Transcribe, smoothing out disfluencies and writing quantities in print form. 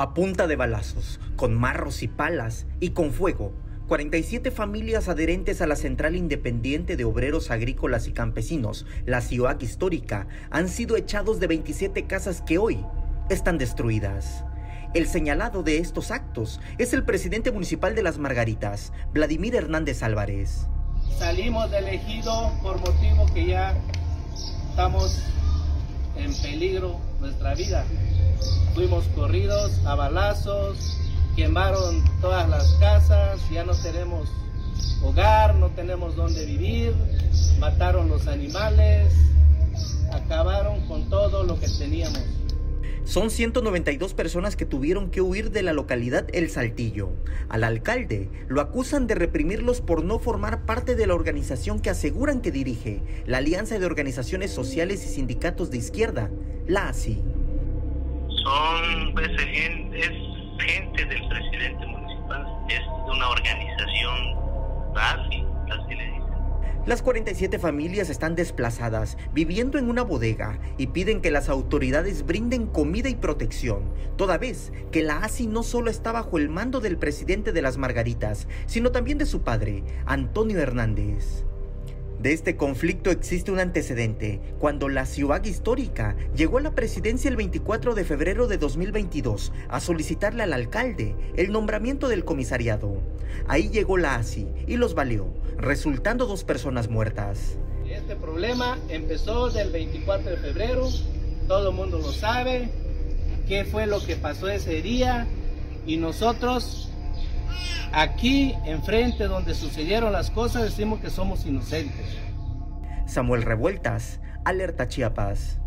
A punta de balazos, con marros y palas y con fuego, 47 familias adherentes a la Central Independiente de Obreros Agrícolas y Campesinos, la CIOAC histórica, han sido echados de 27 casas que hoy están destruidas. El señalado de estos actos es el presidente municipal de Las Margaritas, Vladimir Hernández Álvarez. Salimos del ejido por motivo que ya estamos en peligro nuestra vida. Fuimos corridos a balazos, quemaron todas las casas, ya no tenemos hogar, no tenemos dónde vivir, mataron los animales, acabaron con todo lo que teníamos. Son 192 personas que tuvieron que huir de la localidad El Saltillo. Al alcalde lo acusan de reprimirlos por no formar parte de la organización que aseguran que dirige, la Alianza de Organizaciones Sociales y Sindicatos de Izquierda, la ASI. Es gente del presidente municipal, es de una organización, así le dicen. Las 47 familias están desplazadas, viviendo en una bodega y piden que las autoridades brinden comida y protección, toda vez que la ASI no solo está bajo el mando del presidente de Las Margaritas, sino también de su padre, Antonio Hernández. De este conflicto existe un antecedente, cuando la CIOAC histórica llegó a la presidencia el 24 de febrero de 2022 a solicitarle al alcalde el nombramiento del comisariado. Ahí llegó la ASI y los valió, resultando 2 personas muertas. Este problema empezó del 24 de febrero, todo el mundo lo sabe, qué fue lo que pasó ese día, y nosotros aquí, enfrente donde sucedieron las cosas, decimos que somos inocentes. Samuel Revueltas, Alerta Chiapas.